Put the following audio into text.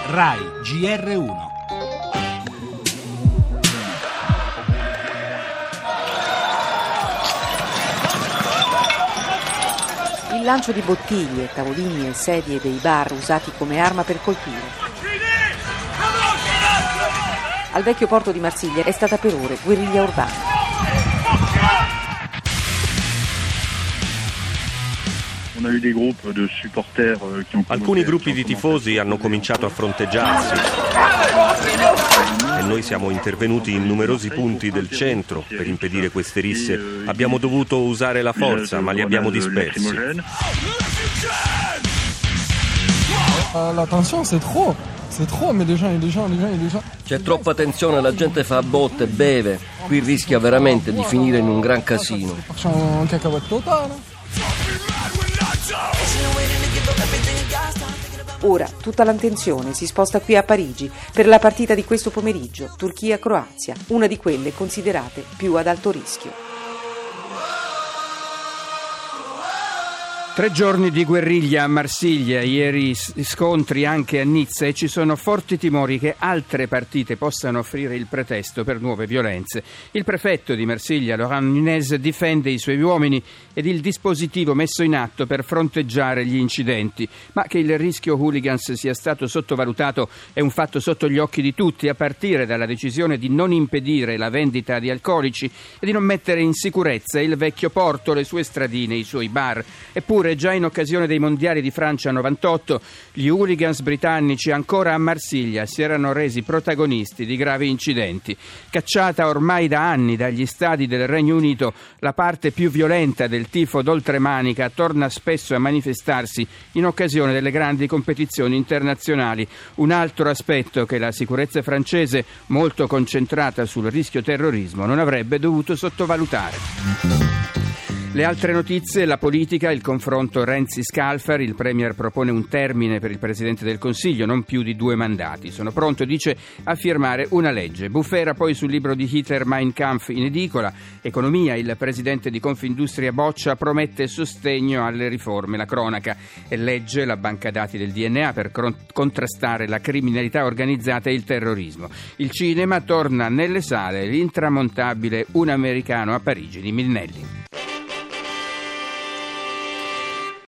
RAI GR1. Il lancio di bottiglie, tavolini e sedie dei bar usati come arma per colpire. Al vecchio porto di Marsiglia è stata per ore guerriglia urbana. Alcuni gruppi di tifosi hanno cominciato a fronteggiarsi e noi siamo intervenuti in numerosi punti del centro per impedire queste risse. Abbiamo dovuto usare la forza, ma li abbiamo dispersi. La tensione c'est trop. C'è troppa tensione, la gente fa a botte, beve. Qui rischia veramente di finire in un gran casino. Facciamo un cacahuète totale. Ora tutta l'attenzione si sposta qui a Parigi per la partita di questo pomeriggio, Turchia-Croazia, una di quelle considerate più ad alto rischio. 3 giorni di guerriglia a Marsiglia, ieri scontri anche a Nizza, e ci sono forti timori che altre partite possano offrire il pretesto per nuove violenze. Il prefetto di Marsiglia, Laurent Nunez, difende i suoi uomini ed il dispositivo messo in atto per fronteggiare gli incidenti, ma che il rischio hooligans sia stato sottovalutato è un fatto sotto gli occhi di tutti, a partire dalla decisione di non impedire la vendita di alcolici e di non mettere in sicurezza il vecchio porto, le sue stradine, i suoi bar. Eppure già in occasione dei mondiali di Francia 98 gli hooligans britannici ancora a Marsiglia si erano resi protagonisti di gravi incidenti. Cacciata ormai da anni dagli stadi del Regno Unito, la parte più violenta del tifo d'oltremanica torna spesso a manifestarsi in occasione delle grandi competizioni internazionali. Un altro aspetto che la sicurezza francese, molto concentrata sul rischio terrorismo, non avrebbe dovuto sottovalutare. Le altre notizie, la politica, il confronto Renzi-Scalfari. Il Premier propone un termine per il Presidente del Consiglio, non più di 2 mandati. Sono pronto, dice, a firmare una legge. Bufera poi sul libro di Hitler Mein Kampf in edicola. Economia, il Presidente di Confindustria Boccia promette sostegno alle riforme. La cronaca e legge la banca dati del DNA per contrastare la criminalità organizzata e il terrorismo. Il cinema, torna nelle sale l'intramontabile Un americano a Parigi di Minnelli.